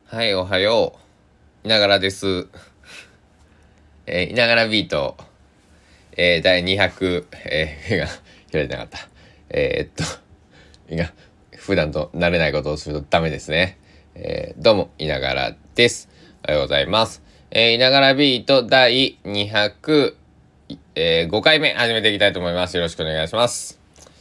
はい、おはよう。いながらです。いながらビート、第200、が開いてなかった。いや、普段と慣れないことをするとダメですね。どうも、いながらです。おはようございます。いながらビート第200、5回目始めていきたいと思います。よろしくお願いします。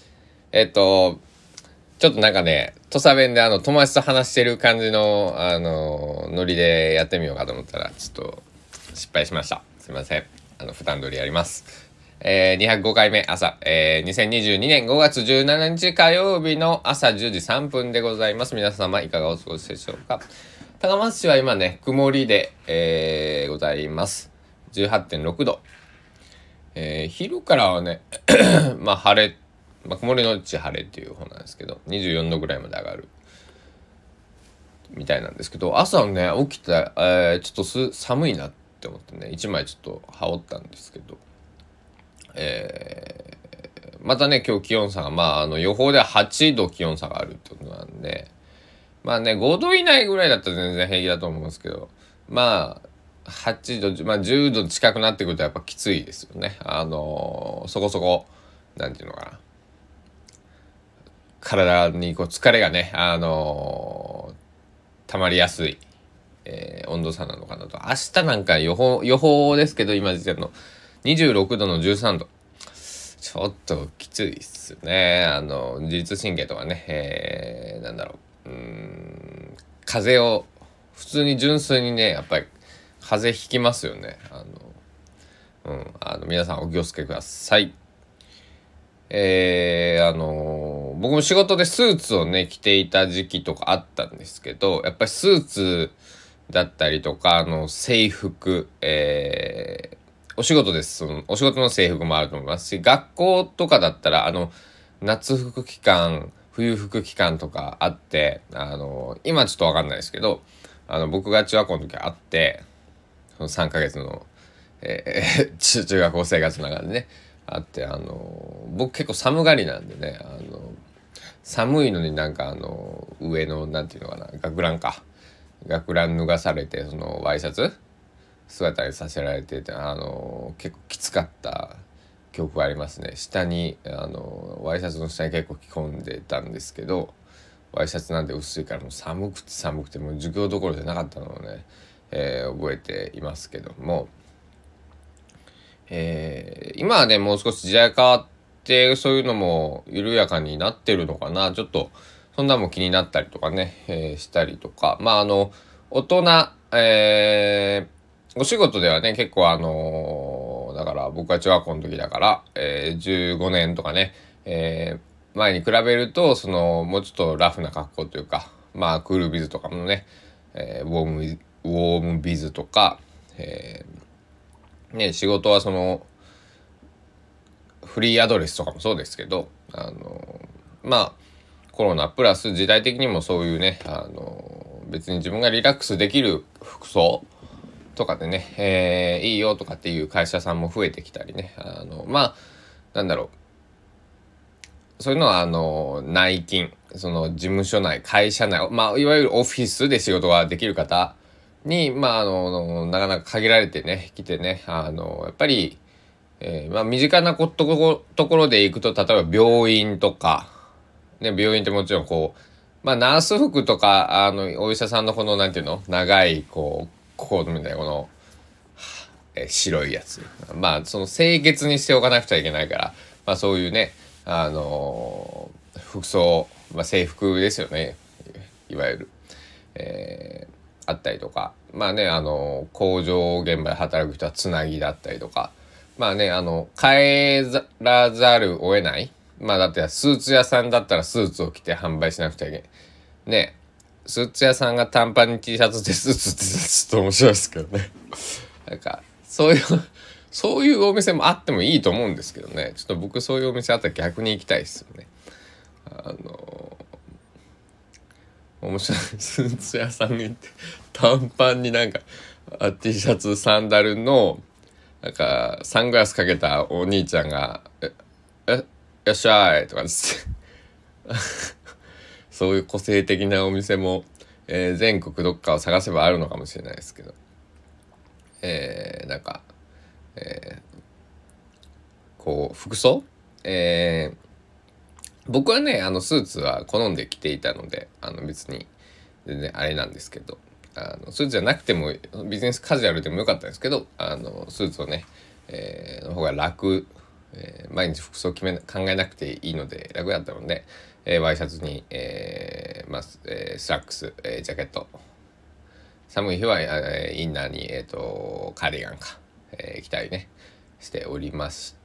ちょっとなんかね、土佐弁で友達と話してる感じの、ノリでやってみようかと思ったら、ちょっと失敗しました。すいません。普段通りやります。205回目朝、2022年5月17日火曜日の朝10時3分でございます。皆様いかがお過ごしでしょうか。高松市は今ね、曇りで、ございます。18.6度。昼からはね、まあ晴れ、曇りのうち晴れっていう方なんですけど、24度ぐらいまで上がるみたいなんですけど、朝ね起きて、ちょっと寒いなって思ってね、1枚ちょっと羽織ったんですけど、またね今日気温差が予報では8度気温差があるってことなんで、5度以内ぐらいだったら全然平気だと思うんですけど、8度、10度近くなってくるとやっぱきついですよね。そこそこなんていうのかな、体にこう疲れがね、溜まりやすい、温度差なのかなと。明日なんか予報ですけど、今時点の26度の13度。ちょっときついっすね。自律神経とかね、風邪を、普通に純粋にね、やっぱり風邪ひきますよね。皆さんお気をつけください。僕も仕事でスーツをね着ていた時期とかあったんですけど、やっぱりスーツだったりとか制服、お仕事です。そのお仕事の制服もあると思いますし、学校とかだったら夏服期間、冬服期間とかあって、今ちょっとわかんないですけど、僕が中学校の時あって、その3ヶ月の、中学校生活の中でねあって、僕結構寒がりなんでね、寒いのになんか上のなんていうのかな、学ラン脱がされて、そのワイシャツ姿にさせられてて、結構きつかった記憶がありますね。下にワイシャツの下に結構着込んでたんですけど、ワイシャツなんで薄いからもう寒くてもう授業どころじゃなかったのをね、覚えていますけども、今はねもう少し時代変わってそういうのも緩やかになってるのかな、ちょっとそんなも気になったりとかね、したりとか、大人、お仕事ではね結構だから僕は中学校の時だから、15年とかね、前に比べるとそのもうちょっとラフな格好というか、クールビズとかもね、ウォームビズとか、仕事はそのフリーアドレスとかもそうですけど、コロナプラス時代的にもそういうね、別に自分がリラックスできる服装とかでね、いいよとかっていう会社さんも増えてきたりね、そういうのは内勤、その事務所内、会社内、いわゆるオフィスで仕事ができる方になかなか限られてね来てね、やっぱり、身近なところで行くと、例えば病院とかね、病院ってもちろんこうナース服とかお医者さんのこのなんていうの、長いこうコードみたいなこの、白いやつ、その清潔にしておかなくちゃいけないから、そういうね服装、制服ですよね、いわゆる、あったりとか、工場現場で働く人はつなぎだったりとか、変えらざるを得ない、だってスーツ屋さんだったらスーツを着て販売しなくちゃいけないね。スーツ屋さんが短パンに T シャツでスーツってちょっと面白いですけどね。なんかそういうお店もあってもいいと思うんですけどね。ちょっと僕そういうお店あったら逆に行きたいですよね。面白い。スーツ屋さんに行って短パンになんかT シャツサンダルのなんかサングラスかけたお兄ちゃんがよっしゃいとかですそういう個性的なお店も全国どっかを探せばあるのかもしれないですけど、なんか、こう服装、僕はねスーツは好んで着ていたので別に全然あれなんですけど、スーツじゃなくてもビジネスカジュアルでもよかったんですけど、スーツをね、の方が楽、毎日服装考えなくていいので楽だったので、ワイシャツに、スラックス、ジャケット、寒い日は、インナーに、カーディガンか、着たりねしておりました。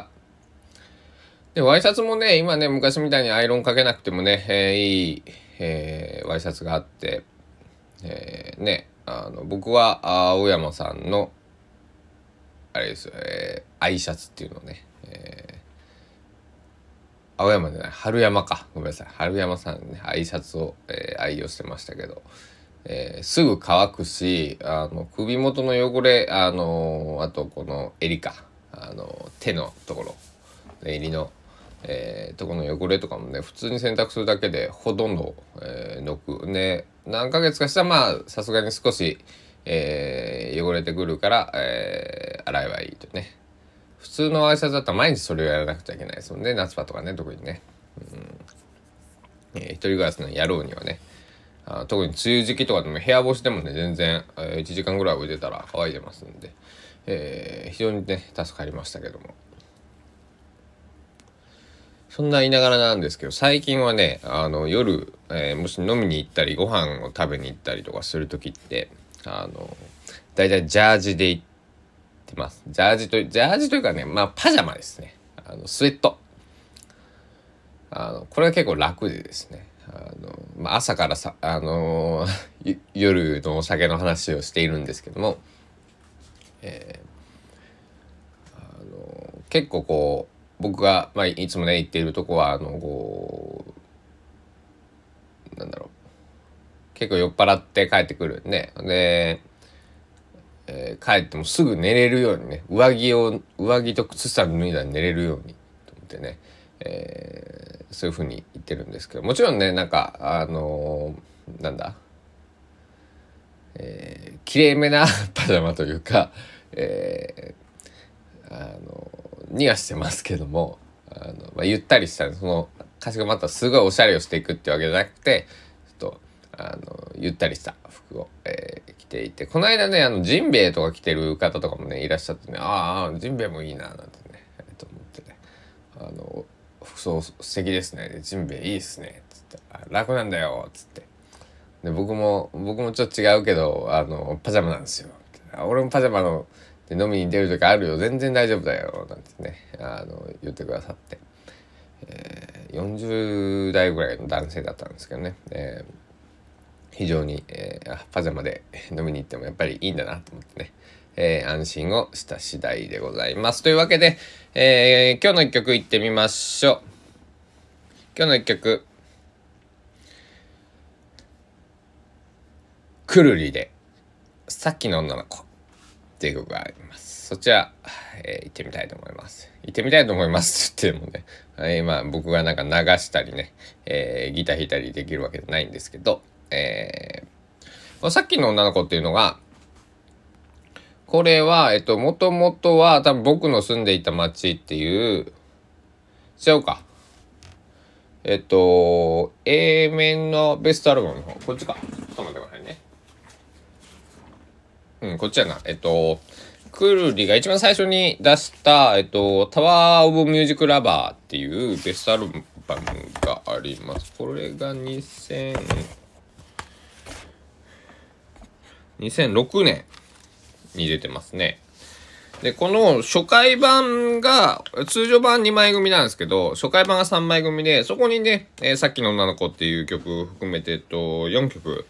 でワイシャツもね今ね昔みたいにアイロンかけなくてもね、いい、ワイシャツがあって、僕は青山さんのあれですよ、アイシャツっていうのをね、青山じゃない春山か、ごめんなさい、春山さんねアイシャツを、愛用してましたけど、すぐ乾くし首元の汚れあとこの襟か手のところ襟の、とこの汚れとかもね普通に洗濯するだけでほとんど、のくね何ヶ月かしたらまあさすがに少し、汚れてくるから、洗えばいいとね。普通の挨拶だったら毎日それをやらなくちゃいけないですもんね、夏場とかね特にね、一人暮らしのやろうにはね、特に梅雨時期とかでも部屋干しでもね全然、1時間ぐらい置いてたら乾いてますんで、非常にね助かりましたけども、そんな言いながらなんですけど最近はね夜、もし飲みに行ったりご飯を食べに行ったりとかする時ってだいたいジャージで行ってます。ジャージというかねパジャマですね。スウェット、これは結構楽でですね朝からさ夜のお酒の話をしているんですけども、結構こう僕が、いつもね行っているとこはこうなんだろう結構酔っ払って帰ってくるんで、帰ってもすぐ寝れるようにね上着と靴下脱いだら寝れるようにと思ってね、そういう風に言ってるんですけど、もちろんねなんかなんだきれいめなパジャマというか、にはしてますけどもゆったりしたそのかしこまったすごいおしゃれをしていくってわけじゃなくてちょっとゆったりした服を、着ていて、この間ねジンベエとか着てる方とかもねいらっしゃってね、ジンベエもいいななんてね、と思ってね服装素敵ですね、ジンベエいいっすねっつって楽なんだよっつって、で僕もちょっと違うけどパジャマなんですよ、俺もパジャマので飲みに出る時あるよ全然大丈夫だよなんてね言ってくださって、40代ぐらいの男性だったんですけどね、非常に、パジャマで飲みに行ってもやっぱりいいんだなと思ってね、安心をした次第でございます。というわけで、今日の一曲いってみましょう。今日の一曲くるりでさっきの女の子っていう曲があります。そちら、行ってみたいと思います。行ってみたいと思いますって言ってもね、今僕がなんか流したりね、ギター弾いたりできるわけじゃないんですけど、さっきの女の子っていうのがこれはもともとは多分僕の住んでいた町っていう違うかA 面のベストアルバムの方こっちかちょっと待ってくださいね。こっちやなくるりが一番最初に出したタワーオブミュージックラバーっていうベストアルバムがあります。これが2006年に出てますね。でこの初回版が通常版2枚組なんですけど初回版が3枚組でそこにね、さっきの女の子っていう曲含めて4曲、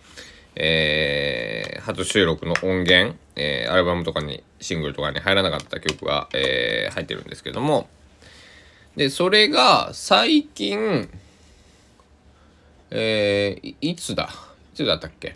初収録の音源、アルバムとかにシングルとかに入らなかった曲が、入ってるんですけども、でそれが最近いつだったっけ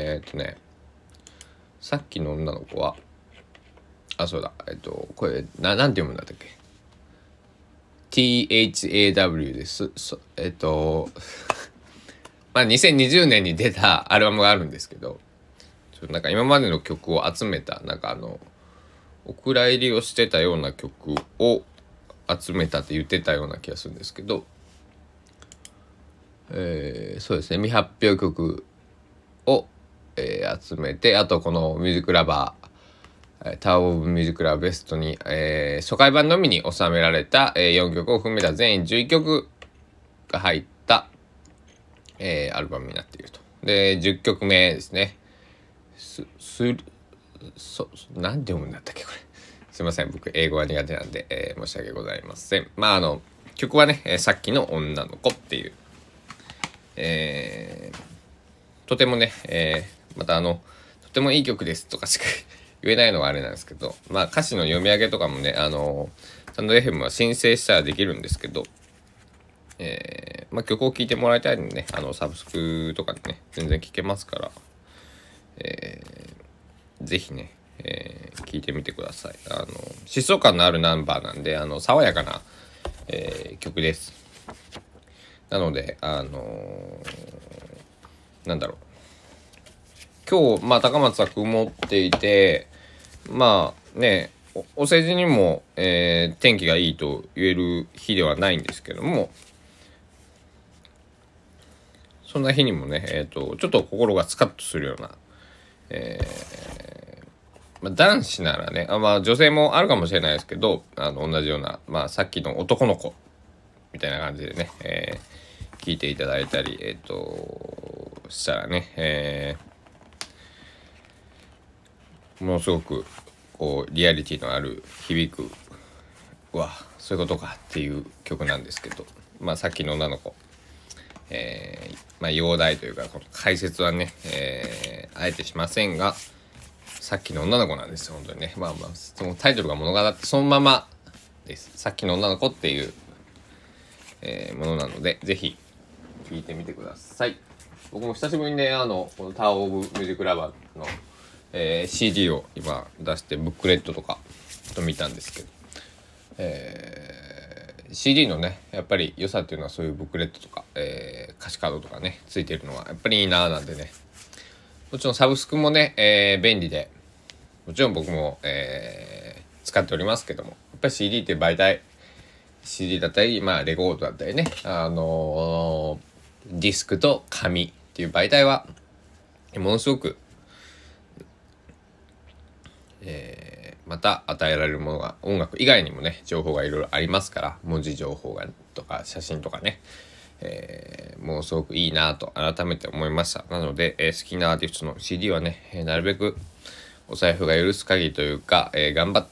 さっきの女の子はそうだこれなんて読むんだったっけ THAW です 2020年に出たアルバムがあるんですけど、なんか今までの曲を集めた、なんかお蔵入りをしてたような曲を集めたって言ってたような気がするんですけど、そうですね、未発表曲を、集めて、あとこのミュージックラバータワーオブミュージックラバーベストに、初回版のみに収められた、4曲を含めた全11曲が入った、アルバムになっていると。で10曲目ですね。なんて読むんだったっけこれ。すいません、僕英語が苦手なんで、申し訳ございません。曲はね、さっきの女の子っていう、とてもね、またとてもいい曲ですとかしか言えないのがあれなんですけど、歌詞の読み上げとかもね、スタンド FM は申請したらできるんですけど、曲を聴いてもらいたいのでね、サブスクとかでね全然聴けますから、ぜひね、聴いてみてください。疾走感のあるナンバーなんで、爽やかな、曲です。なのでなんだろう、今日高松は曇っていて、お世辞にも、天気がいいと言える日ではないんですけども、そんな日にもね、ちょっと心がスカッとするような、男子ならね、女性もあるかもしれないですけど、同じような、さっきの男の子みたいな感じでね、聞いていただいたり、したらね、ものすごくこうリアリティのある響く、そういうことかっていう曲なんですけど、さっきの女の子、容題というかこの解説はね、あえてしませんが、さっきの女の子なんですよ本当にね。そのタイトルが物語ってそのままです。さっきの女の子っていう、ものなので、ぜひ聴いてみてください。僕も久しぶりにね、このタワーオブミュージックラバーの、CD を今出してブックレットとかと見たんですけど、CD のねやっぱり良さっていうのはそういうブックレットとか、歌詞カードとかねついてるのはやっぱりいいなーなんでね。もちろんサブスクもね、便利で、もちろん僕も、使っておりますけども、やっぱり CD っていう媒体、 CD だったり、レコードだったりね、ディスクと紙っていう媒体はものすごく、また与えられるものが音楽以外にもね情報がいろいろありますから、文字情報がとか写真とかね、ものすごくいいなと改めて思いました。なので、好きなアーティストの CD はね、なるべくお財布が許す限りというか、頑張って、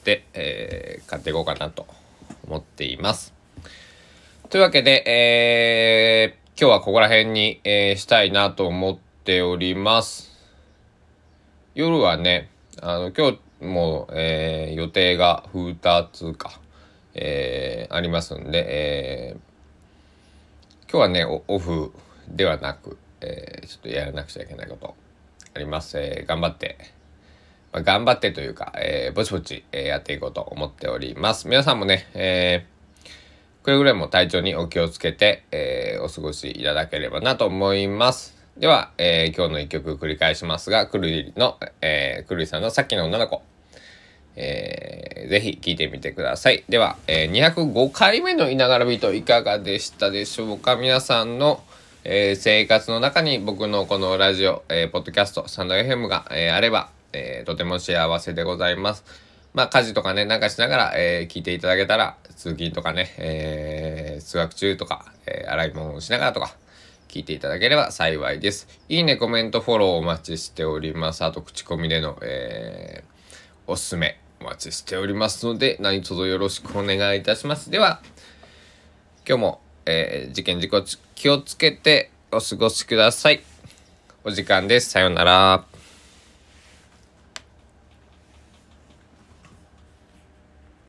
買っていこうかなと思っています。というわけで、今日はここら辺に、したいなと思っております。夜はね、今日も、予定が2つか、ありますんで、今日はねオフではなく、ちょっとやらなくちゃいけないことあります。頑張って、頑張ってというか、ぼちぼち、やっていこうと思っております。皆さんもね、くれぐれも体調にお気をつけて、お過ごしいただければなと思います。では、今日の一曲繰り返しますが、くるりさんのさっきの女の子、ぜひ聴いてみてください。では、205回目のいながらビートいかがでしたでしょうか。皆さんの、生活の中に僕のこのラジオ、ポッドキャスト、サンド FM が、あれば、とても幸せでございます。家事とかねなんかしながら、聞いていただけたら、通勤とかね、通学中とか、洗い物をしながらとか聞いていただければ幸いです。いいね、コメント、フォローお待ちしております。あと口コミでの、おすすめお待ちしておりますので、何卒よろしくお願いいたします。では今日も、事故気をつけてお過ごしください。お時間です。さようなら。